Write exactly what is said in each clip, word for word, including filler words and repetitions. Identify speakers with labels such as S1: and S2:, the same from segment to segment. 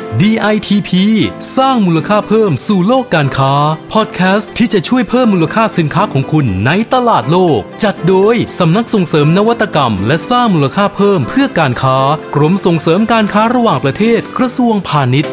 S1: ดี ไอ ที พี สร้างมูลค่าเพิ่มสู่โลกการค้าพอดแคสต์ที่จะช่วยเพิ่มมูลค่าสินค้าของคุณในตลาดโลกจัดโดยสำนักส่งเสริมนวัตกรรมและสร้างมูลค่าเพิ่มเพื่อการค้ากรมส่งเสริมการค้าระหว่างประเทศกระทรวงพาณิชย์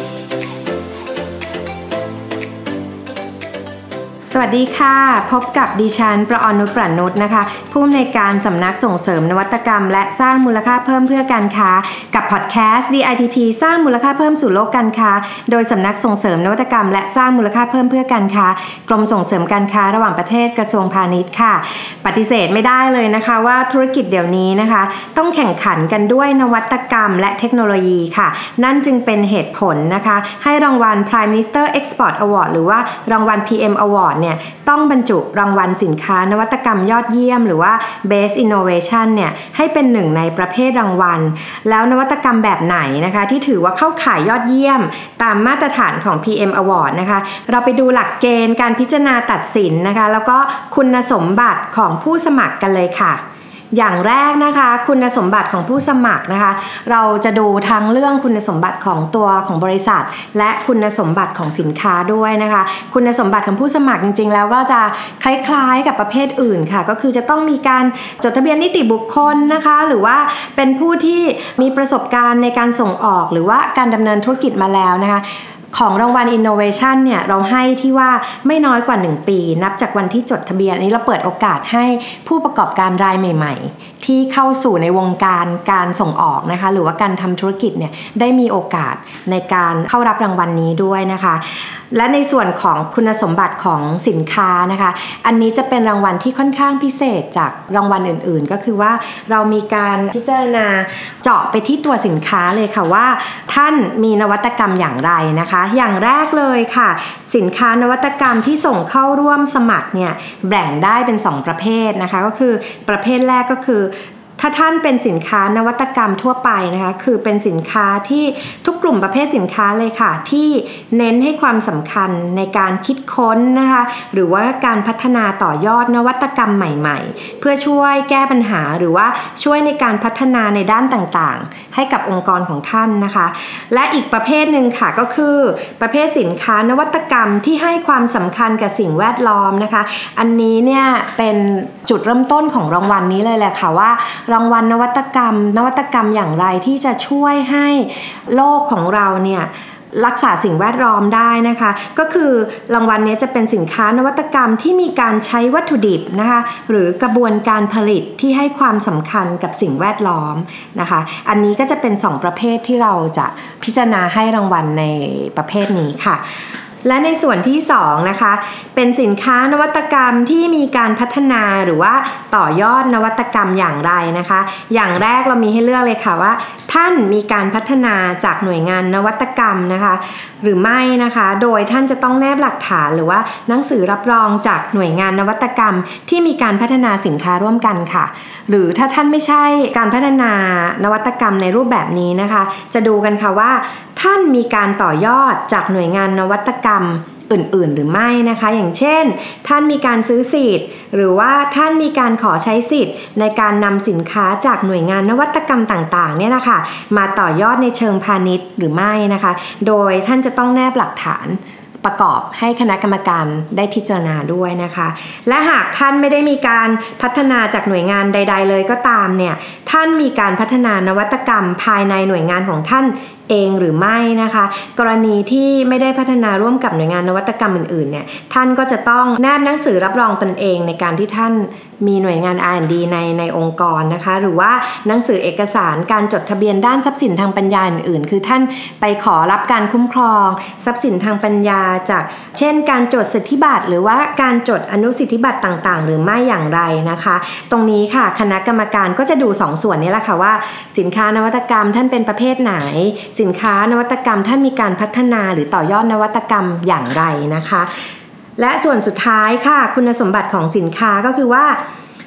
S2: สวัสดีค่ะพบกับดิฉันประอนุชประนุชนะคะผู้อำนวยการสำนักส่งเสริมนวัตกรรมและสร้างมูลค่าเพิ่มเพื่อการค้ากับพอดแคสต์ ดี ไอ ที พี สร้างมูลค่าเพิ่มสู่โลกการค้าโดยสำนักส่งเสริมนวัตกรรมและสร้างมูลค่าเพิ่มเพื่อการค้ากรมส่งเสริมการค้าระหว่างประเทศกระทรวงพาณิชย์ค่ะปฏิเสธไม่ได้เลยนะคะว่าธุรกิจเดี๋ยวนี้นะคะต้องแข่งขันกันด้วยนวัตกรรมและเทคโนโลยีค่ะนั่นจึงเป็นเหตุผลนะคะให้รางวัล Prime Minister Export Award หรือว่ารางวัล พี เอ็ม Award เนี่ยต้องบรรจุรางวัลสินค้านวัตกรรมยอดเยี่ยมหรือว่า Best Innovation เนี่ยให้เป็นหนึ่งในประเภทรางวัลแล้วนวัตกรรมแบบไหนนะคะที่ถือว่าเข้าข่ายยอดเยี่ยมตามมาตรฐานของ พี เอ็ม Award นะคะเราไปดูหลักเกณฑ์การพิจารณาตัดสินนะคะแล้วก็คุณสมบัติของผู้สมัครกันเลยค่ะอย่างแรกนะคะคุณสมบัติของผู้สมัครนะคะเราจะดูทั้งเรื่องคุณสมบัติของตัวของบริษัทและคุณสมบัติของสินค้าด้วยนะคะคุณสมบัติของผู้สมัครจริงๆแล้วก็จะคล้ายๆกับประเภทอื่นค่ะก็คือจะต้องมีการจดทะเบียนนิติบุคคลนะคะหรือว่าเป็นผู้ที่มีประสบการณ์ในการส่งออกหรือว่าการดำเนินธุรกิจมาแล้วนะคะของรางวัล Innovation เนี่ยเราให้ที่ว่าไม่น้อยกว่าหนึ่งปีนับจากวันที่จดทะเบียนอันนี้เราเปิดโอกาสให้ผู้ประกอบการรายใหม่ๆที่เข้าสู่ในวงการการส่งออกนะคะหรือว่าการทำธุรกิจเนี่ยได้มีโอกาสในการเข้ารับรางวัลนี้ด้วยนะคะและในส่วนของคุณสมบัติของสินค้านะคะอันนี้จะเป็นรางวัลที่ค่อนข้างพิเศษจากรางวัลอื่นๆก็คือว่าเรามีการพิจารณาเจาะไปที่ตัวสินค้าเลยค่ะว่าท่านมีนวัตกรรมอย่างไรนะคะอย่างแรกเลยค่ะสินค้านวัตกรรมที่ส่งเข้าร่วมสมัครเนี่ยแบ่งได้เป็นสองประเภทนะคะก็คือประเภทแรกก็คือถ้าท่านเป็นสินค้านวัตกรรมทั่วไปนะคะคือเป็นสินค้าที่ทุกกลุ่มประเภทสินค้าเลยค่ะที่เน้นให้ความสำคัญในการคิดค้นนะคะหรือว่าการพัฒนาต่อยอดนวัตกรรมใหม่ๆเพื่อช่วยแก้ปัญหาหรือว่าช่วยในการพัฒนาในด้านต่างๆให้กับองค์กรของท่านนะคะและอีกประเภทหนึ่งค่ะก็คือประเภทสินค้านวัตกรรมที่ให้ความสำคัญกับสิ่งแวดล้อมนะคะอันนี้เนี่ยเป็นจุดเริ่มต้นของรางวัลนี้เลยแหละค่ะว่ารางวัลนวัตกรรมนวัตกรรมอย่างไรที่จะช่วยให้โลกของเราเนี่ยรักษาสิ่งแวดล้อมได้นะคะก็คือรางวัลนี้จะเป็นสินค้านวัตกรรมที่มีการใช้วัตถุดิบนะคะหรือกระบวนการผลิตที่ให้ความสำคัญกับสิ่งแวดล้อมนะคะอันนี้ก็จะเป็นสองประเภทที่เราจะพิจารณาให้รางวัลในประเภทนี้ค่ะและในส่วนที่สองนะคะเป็นสินค้านวัตกรรมที่มีการพัฒนาหรือว่าต่อยอดนวัตกรรมอย่างไรนะคะอย่างแรกเรามีให้เลือกเลยค่ะว่าท่านมีการพัฒนาจากหน่วยงานนวัตกรรมนะคะหรือไม่นะคะโดยท่านจะต้องแนบหลักฐานหรือว่าหนังสือรับรองจากหน่วยงานนวัตกรรมที่มีการพัฒนาสินค้าร่วมกันค่ะหรือถ้าท่านไม่ใช่การพัฒนานวัตกรรมในรูปแบบนี้นะคะจะดูกันค่ะว่าท่านมีการต่อยอดจากหน่วยงานนวัตกรรมอื่นๆหรือไม่นะคะอย่างเช่นท่านมีการซื้อสิทธิ์หรือว่าท่านมีการขอใช้สิทธิ์ในการนำสินค้าจากหน่วยงานนวัตกรรมต่างๆเนี่ยนะคะมาต่อยอดในเชิงพาณิชย์หรือไม่นะคะโดยท่านจะต้องแนบหลักฐานประกอบให้คณะกรรมการได้พิจารณาด้วยนะคะและหากท่านไม่ได้มีการพัฒนาจากหน่วยงานใดๆเลยก็ตามเนี่ยท่านมีการพัฒนานวัตกรรมภายในหน่วยงานของท่านเองหรือไม่นะคะกรณีที่ไม่ได้พัฒนาร่วมกับหน่วยงานนวัตกรรมอื่นๆเนี่ยท่านก็จะต้องแนบหนังสือรับรองตนเองในการที่ท่านมีหน่วยงาน อาร์ แอนด์ ดี ในในองค์กรนะคะหรือว่าหนังสือเอกสารการจดทะเบียนด้านทรัพย์สินทางปัญญาอื่นๆคือท่านไปขอรับการคุ้มครองทรัพย์สินทางปัญญาจากเช่นการจดสิทธิบัตรหรือว่าการจดอนุสิทธิบัตรต่างๆหรือไม่อย่างไรนะคะตรงนี้ค่ะคณะกรรมการก็จะดูสองส่วนนี้แหละค่ะว่าสินค้านวัตกรรมท่านเป็นประเภทไหนสินค้านวัตกรรมท่านมีการพัฒนาหรือต่อยอดนวัตกรรมอย่างไรนะคะและส่วนสุดท้ายค่ะคุณสมบัติของสินค้าก็คือว่า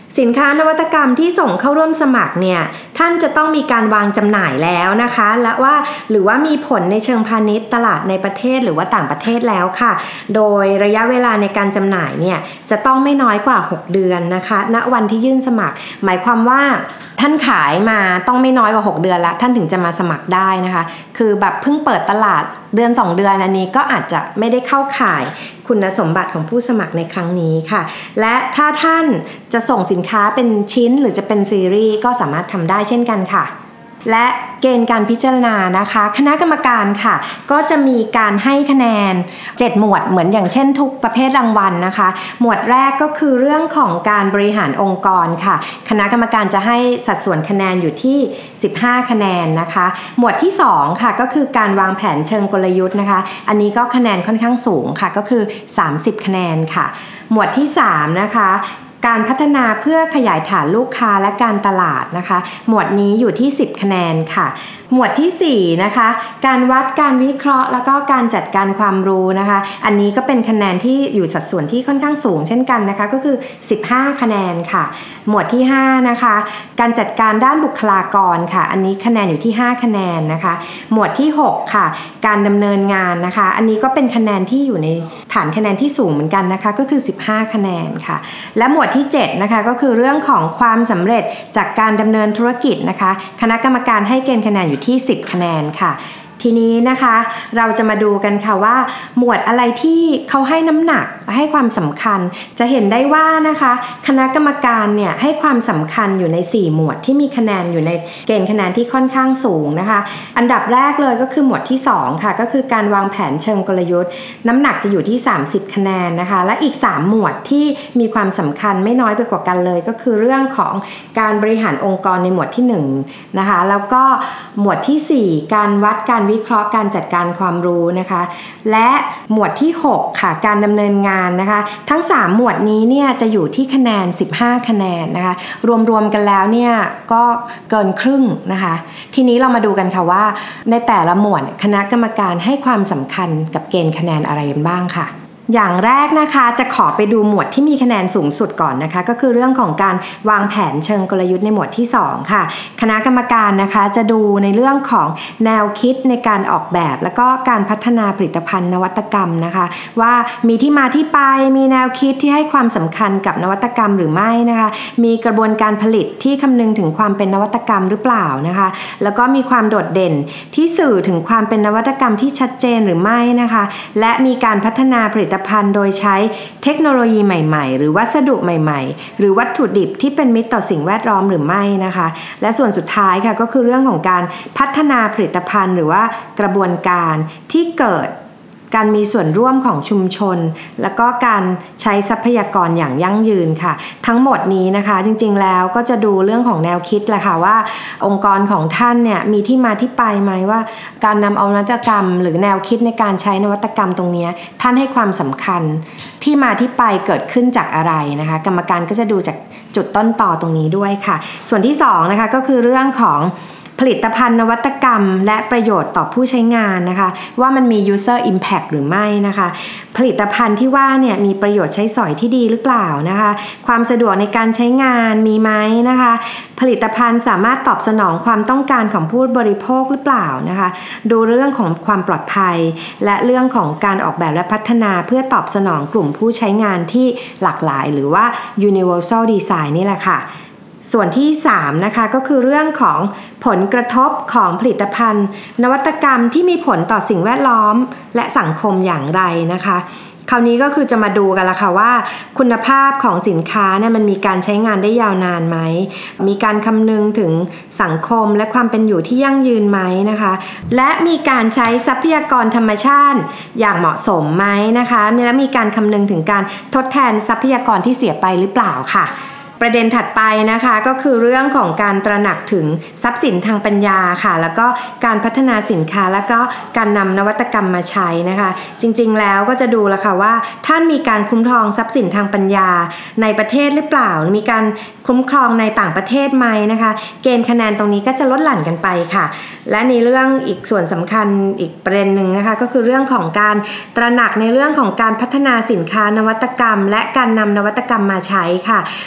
S2: สินค้านวัตกรรมที่ส่งเข้าร่วมสมัครเนี่ยท่านจะต้องมีการวางจำหน่ายแล้วนะคะและว่าหรือว่ามีผลในเชิงพาณิชย์ตลาดในประเทศหรือว่าต่างประเทศแล้วค่ะโดยระยะเวลาในการจำหน่ายเนี่ยจะต้องไม่น้อยกว่าหกเดือนนะคะณวันที่ยื่นสมัครหมายความว่าท่านขายมาต้องไม่น้อยกว่าหกเดือนละท่านถึงจะมาสมัครได้นะคะคือแบบเพิ่งเปิดตลาดเดือนสองเดือนอันนี้ก็อาจจะไม่ได้เข้าข่ายคุณสมบัติของผู้สมัครในครั้งนี้ค่ะและถ้าท่านจะส่งสินค้าเป็นชิ้นหรือจะเป็นซีรีส์ก็สามารถทำได้เช่นกันค่ะและเกณฑ์การพิจารณานะคะคณะกรรมการค่ะก็จะมีการให้คะแนนเจ็ดหมวดเหมือนอย่างเช่นทุกประเภทรางวัลนะคะหมวดแรกก็คือเรื่องของการบริหารองค์กรค่ะคณะกรรมการจะให้สัดส่วนคะแนนอยู่ที่สิบห้าคะแนนนะคะหมวดที่สองค่ะก็คือการวางแผนเชิงกลยุทธ์นะคะอันนี้ก็คะแนนค่อนข้างสูงค่ะก็คือสามสิบคะแนนค่ะหมวดที่สามนะคะการพัฒนาเพื่อขยายฐานลูกค้าและการตลาดนะคะหมวดนี้อยู่ที่สิบคะแนนค่ะหมวดที่สี่นะคะการวัดการวิเคราะห์แล้วก็การจัดการความรู้นะคะอันนี้ก็เป็นคะแนนที่อยู่สัดส่วนที่ค่อนข้างสูงเช่นกันนะคะก็คือสิบห้าคะแนนค่ะหมวดที่ห้านะคะการจัดการด้านบุคลากรค่ะอันนี้คะแนนอยู่ที่ห้าคะแนนนะคะหมวดที่หกค่ะการดำเนินงานนะคะอันนี้ก็เป็นคะแนนที่อยู่ในฐานคะแนนที่สูงเหมือนกันนะคะก็คือสิบห้าคะแนนค่ะและหมวดที่เจ็ดนะคะก็คือเรื่องของความสำเร็จจากการดำเนินธุรกิจนะคะคณะกรรมการให้เกณฑ์คะแนนอยู่ที่สิบคะแนนค่ะทีนี้นะคะเราจะมาดูกันค่ะว่าหมวดอะไรที่เขาให้น้ำหนักให้ความสำคัญจะเห็นได้ว่านะคะคณะกรรมการเนี่ยให้ความสำคัญอยู่ในสี่หมวดที่มีคะแนนอยู่ในเกณฑ์คะแนนที่ค่อนข้างสูงนะคะอันดับแรกเลยก็คือหมวดที่สองค่ะก็คือการวางแผนเชิงกลยุทธ์น้ำหนักจะอยู่ที่สามสิบคะแนนนะคะและอีกสามหมวดที่มีความสำคัญไม่น้อยไปกว่ากันเลยก็คือเรื่องของการบริหารองค์กรในหมวดที่หนึ่งนะคะแล้วก็หมวดที่สี่การวัดการวิเคราะห์การจัดการความรู้นะคะและหมวดที่หกค่ะการดำเนินงานนะคะทั้งสามหมวดนี้เนี่ยจะอยู่ที่คะแนนสิบห้าคะแนนนะคะรวมๆกันแล้วเนี่ยก็เกินครึ่งนะคะทีนี้เรามาดูกันค่ะว่าในแต่ละหมวดคณะกรรมการให้ความสำคัญกับเกณฑ์คะแนนอะไรกันบ้างค่ะอย่างแรกนะคะจะขอไปดูหมวดที่มีคะแนนสูงสุดก่อนนะคะก็คือเรื่องของการวางแผนเชิงกลยุทธ์ในหมวดที่สองค่ะคณะกรรมการนะคะจะดูในเรื่องของแนวคิดในการออกแบบแล้วก็การพัฒนาผลิตภัณฑ์นวัตกรรมนะคะว่ามีที่มาที่ไปมีแนวคิดที่ให้ความสำคัญกับนวัตกรรมหรือไม่นะคะมีกระบวนการผลิตที่คำนึงถึงความเป็นนวัตกรรมหรือเปล่านะคะแล้วก็มีความโดดเด่นที่สื่อถึงความเป็นนวัตกรรมที่ชัดเจนหรือไม่นะคะและมีการพัฒนาผลิตภัณฑ์โดยใช้เทคโนโลยีใหม่ๆหรือวัสดุใหม่ๆหรือวัตถุดิบที่เป็นมิตรต่อสิ่งแวดล้อมหรือไม่นะคะและส่วนสุดท้ายค่ะก็คือเรื่องของการพัฒนาผลิตภัณฑ์หรือว่ากระบวนการที่เกิดการมีส่วนร่วมของชุมชนแล้วก็การใช้ทรัพยากรอย่างยั่งยืนค่ะทั้งหมดนี้นะคะจริงๆแล้วก็จะดูเรื่องของแนวคิดแหละค่ะว่าองค์กรของท่านเนี่ยมีที่มาที่ไปไหมว่าการนำเอานวัตกรรมหรือแนวคิดในการใช้นวัตกรรมตรงนี้ท่านให้ความสำคัญที่มาที่ไปเกิดขึ้นจากอะไรนะคะกรรมการก็จะดูจากจุดต้นต่อตรงนี้ด้วยค่ะส่วนที่สองนะคะก็คือเรื่องของผลิตภัณฑ์นวัตกรรมและประโยชน์ต่อผู้ใช้งานนะคะว่ามันมี user impact หรือไม่นะคะผลิตภัณฑ์ที่ว่าเนี่ยมีประโยชน์ใช้สอยที่ดีหรือเปล่านะคะความสะดวกในการใช้งานมีไหมนะคะผลิตภัณฑ์สามารถตอบสนองความต้องการของผู้บริโภคหรือเปล่านะคะดูเรื่องของความปลอดภัยและเรื่องของการออกแบบและพัฒนาเพื่อตอบสนองกลุ่มผู้ใช้งานที่หลากหลายหรือว่า universal design นี่แหละค่ะส่วนที่สามนะคะก็คือเรื่องของผลกระทบของผลิตภัณฑ์นวัตกรรมที่มีผลต่อสิ่งแวดล้อมและสังคมอย่างไรนะคะคราวนี้ก็คือจะมาดูกันละค่ะว่าคุณภาพของสินค้าเนี่ยมันมีการใช้งานได้ยาวนานไหมมีการคำนึงถึงสังคมและความเป็นอยู่ที่ยั่งยืนไหมนะคะและมีการใช้ทรัพยากรธรรมชาติอย่างเหมาะสมไหมนะคะและมีการคำนึงถึงการทดแทนทรัพยากรที่เสียไปหรือเปล่าค่ะประเด็นถัดไปนะคะก็คือเรื่องของการตระหนักถึงทรัพย์สินทางปัญญาค่ะแล้วก็การพัฒนาสินค้าแล้วก็การนำนวัตกรรมมาใช้นะคะจริงๆแล้วก็จะดูแล้วค่ะว่าท่านมีการคุ้มครองทรัพย์สินทางปัญญาในประเทศหรือเปล่ามีการคุ้มครองในต่างประเทศไหมนะคะเกณฑ์คะแนนตรงนี้ก็จะลดหลั่นกันไปค่ะและในเรื่องอีกส่วนสำคัญอีกประเด็นหนึ่งนะคะก็คือเรื่องของการตระหนักในเรื่องของการพัฒนาสินค้านวัตกรรมและการนำนวัตกรรมมาใช้ค่ะเขาจะ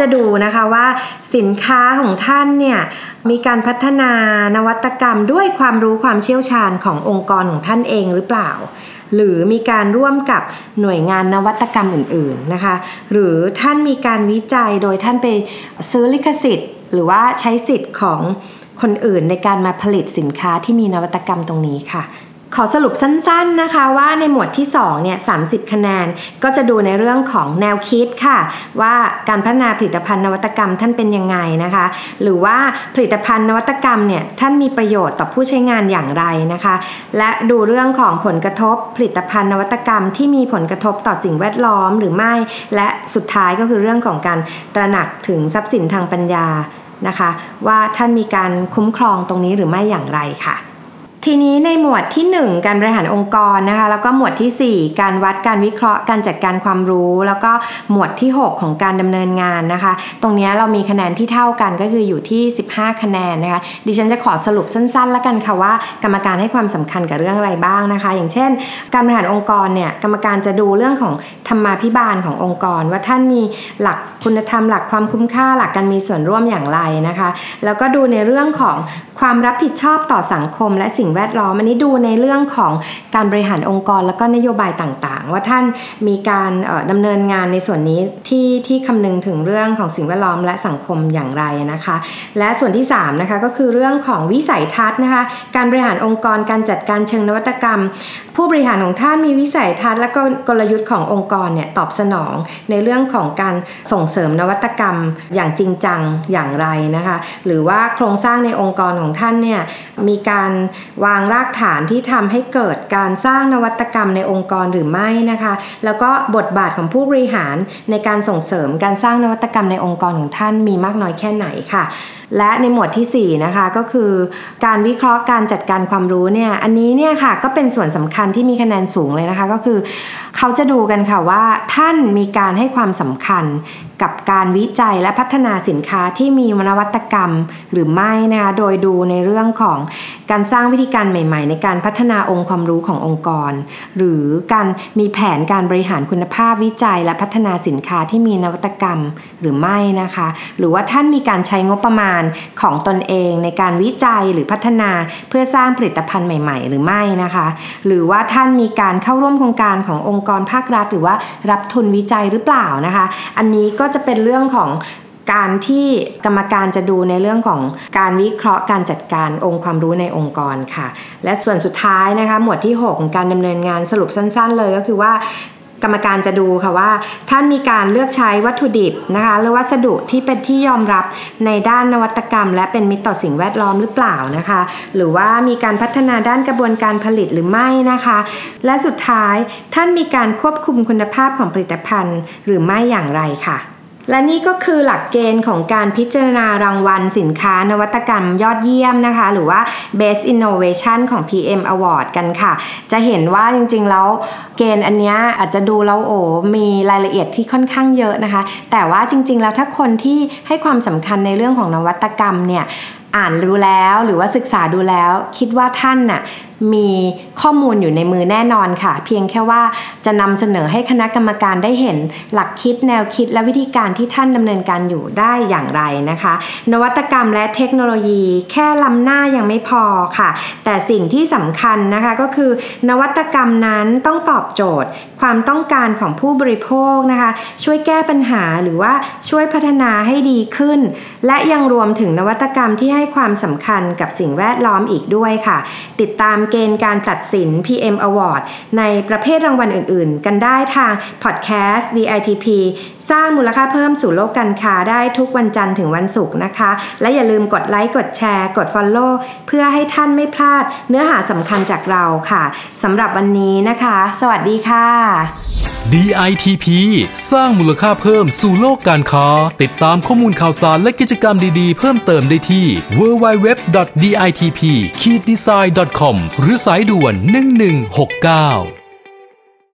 S2: ดูนะคะว่าสินค้าของท่านเนี่ยมีการพัฒนานวัตกรรมด้วยความรู้ความเชี่ยวชาญขององค์กรของท่านเองหรือเปล่าหรือมีการร่วมกับหน่วยงานนวัตกรรมอื่นๆนะคะหรือท่านมีการวิจัยโดยท่านไปซื้อลิขสิทธิ์หรือว่าใช้สิทธิ์ของคนอื่นในการมาผลิตสินค้าที่มีนวัตกรรมตรงนี้ค่ะขอสรุปสั้นๆนะคะว่าในหมวดที่สองเนี่ยสามสิบคะแนนก็จะดูในเรื่องของแนวคิดค่ะว่าการพัฒนาผลิตภัณฑ์นวัตกรรมท่านเป็นยังไงนะคะหรือว่าผลิตภัณฑ์นวัตกรรมเนี่ยท่านมีประโยชน์ต่อผู้ใช้งานอย่างไรนะคะและดูเรื่องของผลกระทบผลิตภัณฑ์นวัตกรรมที่มีผลกระทบต่อสิ่งแวดล้อมหรือไม่และสุดท้ายก็คือเรื่องของการตระหนักถึงทรัพย์สินทางปัญญานะคะว่าท่านมีการคุ้มครองตรงนี้หรือไม่อย่างไรค่ะทีนี้ในหมวดที่หนึ่งการบริหารองค์กรนะคะแล้วก็หมวดที่สี่การวัดการวิเคราะห์การจัดการความรู้แล้วก็หมวดที่หกของการดำเนินงานนะคะตรงนี้เรามีคะแนนที่เท่ากันก็คืออยู่ที่สิบห้าคะแนนนะคะดิฉันจะขอสรุปสั้นๆแล้วกันค่ะว่ากรรมการให้ความสำคัญกับเรื่องอะไรบ้างนะคะอย่างเช่นการบริหารองค์กรเนี่ยกรรมการจะดูเรื่องของธรรมาภิบาลขององค์กรว่าท่านมีหลักคุณธรรมหลักความคุ้มค่าหลักการมีส่วนร่วมอย่างไรนะคะแล้วก็ดูในเรื่องของความรับผิดชอบต่อสังคมและสิ่งแวดล้อมอันนี้ดูในเรื่องของการบริหารองค์กรแล้วก็นโยบายต่างๆว่าท่านมีการดำเนินงานในส่วนนี้ที่ที่คำนึงถึงเรื่องของสิ่งแวดล้อมและสังคมอย่างไรนะคะและส่วนที่สามนะคะก็คือเรื่องของวิสัยทัศน์นะคะการบริหารองค์กรการจัดการเชิงนวัตกรรมผู้บริหารของท่านมีวิสัยทัศน์และก็กลยุทธ์ขององค์กรเนี่ยตอบสนองในเรื่องของการส่งเสริมนวัตกรรมอย่างจริงจังอย่างไรนะคะหรือว่าโครงสร้างในองค์กรของท่านเนี่ยมีการวางรากฐานที่ทำให้เกิดการสร้างนวัตกรรมในองค์กรหรือไม่นะคะแล้วก็บทบาทของผู้บริหารในการส่งเสริมการสร้างนวัตกรรมในองค์กรของท่านมีมากน้อยแค่ไหนค่ะและในหมวดที่สี่นะคะก็คือการวิเคราะห์การจัดการความรู้เนี่ยอันนี้เนี่ยค่ะก็เป็นส่วนสำคัญที่มีคะแนนสูงเลยนะคะก็คือเขาจะดูกันค่ะว่าท่านมีการให้ความสำคัญกับการวิจัยและพัฒนาสินค้าที่มีนวัตกรรมหรือไม่นะคะโดยดูในเรื่องของการสร้างวิธีการใหม่ๆในการพัฒนาองค์ความรู้ขององค์กรหรือการมีแผนการบริหารคุณภาพวิจัยและพัฒนาสินค้าที่มีนวัตกรรมหรือไม่นะคะหรือว่าท่านมีการใช้งบประมาณของตนเองในการวิจัยหรือพัฒนาเพื่อสร้างผลิตภัณฑ์ใหม่ๆหรือไม่นะคะหรือว่าท่านมีการเข้าร่วมโครงการขององค์กรภาครัฐหรือว่ารับทุนวิจัยหรือเปล่านะคะอันนี้ก็จะเป็นเรื่องของการที่กรรมการจะดูในเรื่องของการวิเคราะห์การจัดการองค์ความรู้ในองค์กรค่ะและส่วนสุดท้ายนะคะหมวดที่หกของการดำเนินงานสรุปสั้นๆเลยก็คือว่ากรรมการจะดูค่ะว่าท่านมีการเลือกใช้วัตถุดิบนะคะหรือวัสดุที่เป็นที่ยอมรับในด้านนวัตกรรมและเป็นมิตรต่อสิ่งแวดล้อมหรือเปล่านะคะหรือว่ามีการพัฒนาด้านกระบวนการผลิตหรือไม่นะคะและสุดท้ายท่านมีการควบคุมคุณภาพของผลิตภัณฑ์หรือไม่อย่างไรค่ะและนี่ก็คือหลักเกณฑ์ของการพิจารณารางวัลสินค้านวัตกรรมยอดเยี่ยมนะคะหรือว่า Best Innovation ของ พี เอ็ม Award กันค่ะจะเห็นว่าจริงๆแล้วเกณฑ์อันนี้อาจจะดูแล้วโอ้มีรายละเอียดที่ค่อนข้างเยอะนะคะแต่ว่าจริงๆแล้วถ้าคนที่ให้ความสำคัญในเรื่องของนวัตกรรมเนี่ยอ่านรู้แล้วหรือว่าศึกษาดูแล้วคิดว่าท่านน่ะมีข้อมูลอยู่ในมือแน่นอนค่ะเพียงแค่ว่าจะนำเสนอให้คณะกรรมการได้เห็นหลักคิดแนวคิดและวิธีการที่ท่านดำเนินการอยู่ได้อย่างไรนะคะนวัตกรรมและเทคโนโลยีแค่ล้ำหน้ายังไม่พอค่ะแต่สิ่งที่สำคัญนะคะก็คือนวัตกรรมนั้นต้องตอบโจทย์ความต้องการของผู้บริโภคนะคะช่วยแก้ปัญหาหรือว่าช่วยพัฒนาให้ดีขึ้นและยังรวมถึงนวัตกรรมที่ให้ความสำคัญกับสิ่งแวดล้อมอีกด้วยค่ะติดตามเกณฑ์การตัดสิน พี เอ็ม Award ในประเภทรางวัลอื่นๆกันได้ทางพอดแคสต์ ดี ไอ ที พี สร้างมูลค่าเพิ่มสู่โลกการค้าได้ทุกวันจันทร์ถึงวันศุกร์นะคะและอย่าลืมกดไลค์กดแชร์กด Follow เพื่อให้ท่านไม่พลาดเนื้อหาสำคัญจากเราค่ะสำหรับวันนี้นะคะสวัสดีค่ะ
S1: ดี ไอ ที พี สร้างมูลค่าเพิ่มสู่โลกการค้าติดตามข้อมูลข่าวสารและกิจกรรมดีๆเพิ่มเติมได้ที่ ดับเบิลยู ดับเบิลยู ดับเบิลยู ดอท ดี ไอ ที พี ดีไซน์ ดอท คอม หรือสายด่วนหนึ่งหนึ่งหกเก้า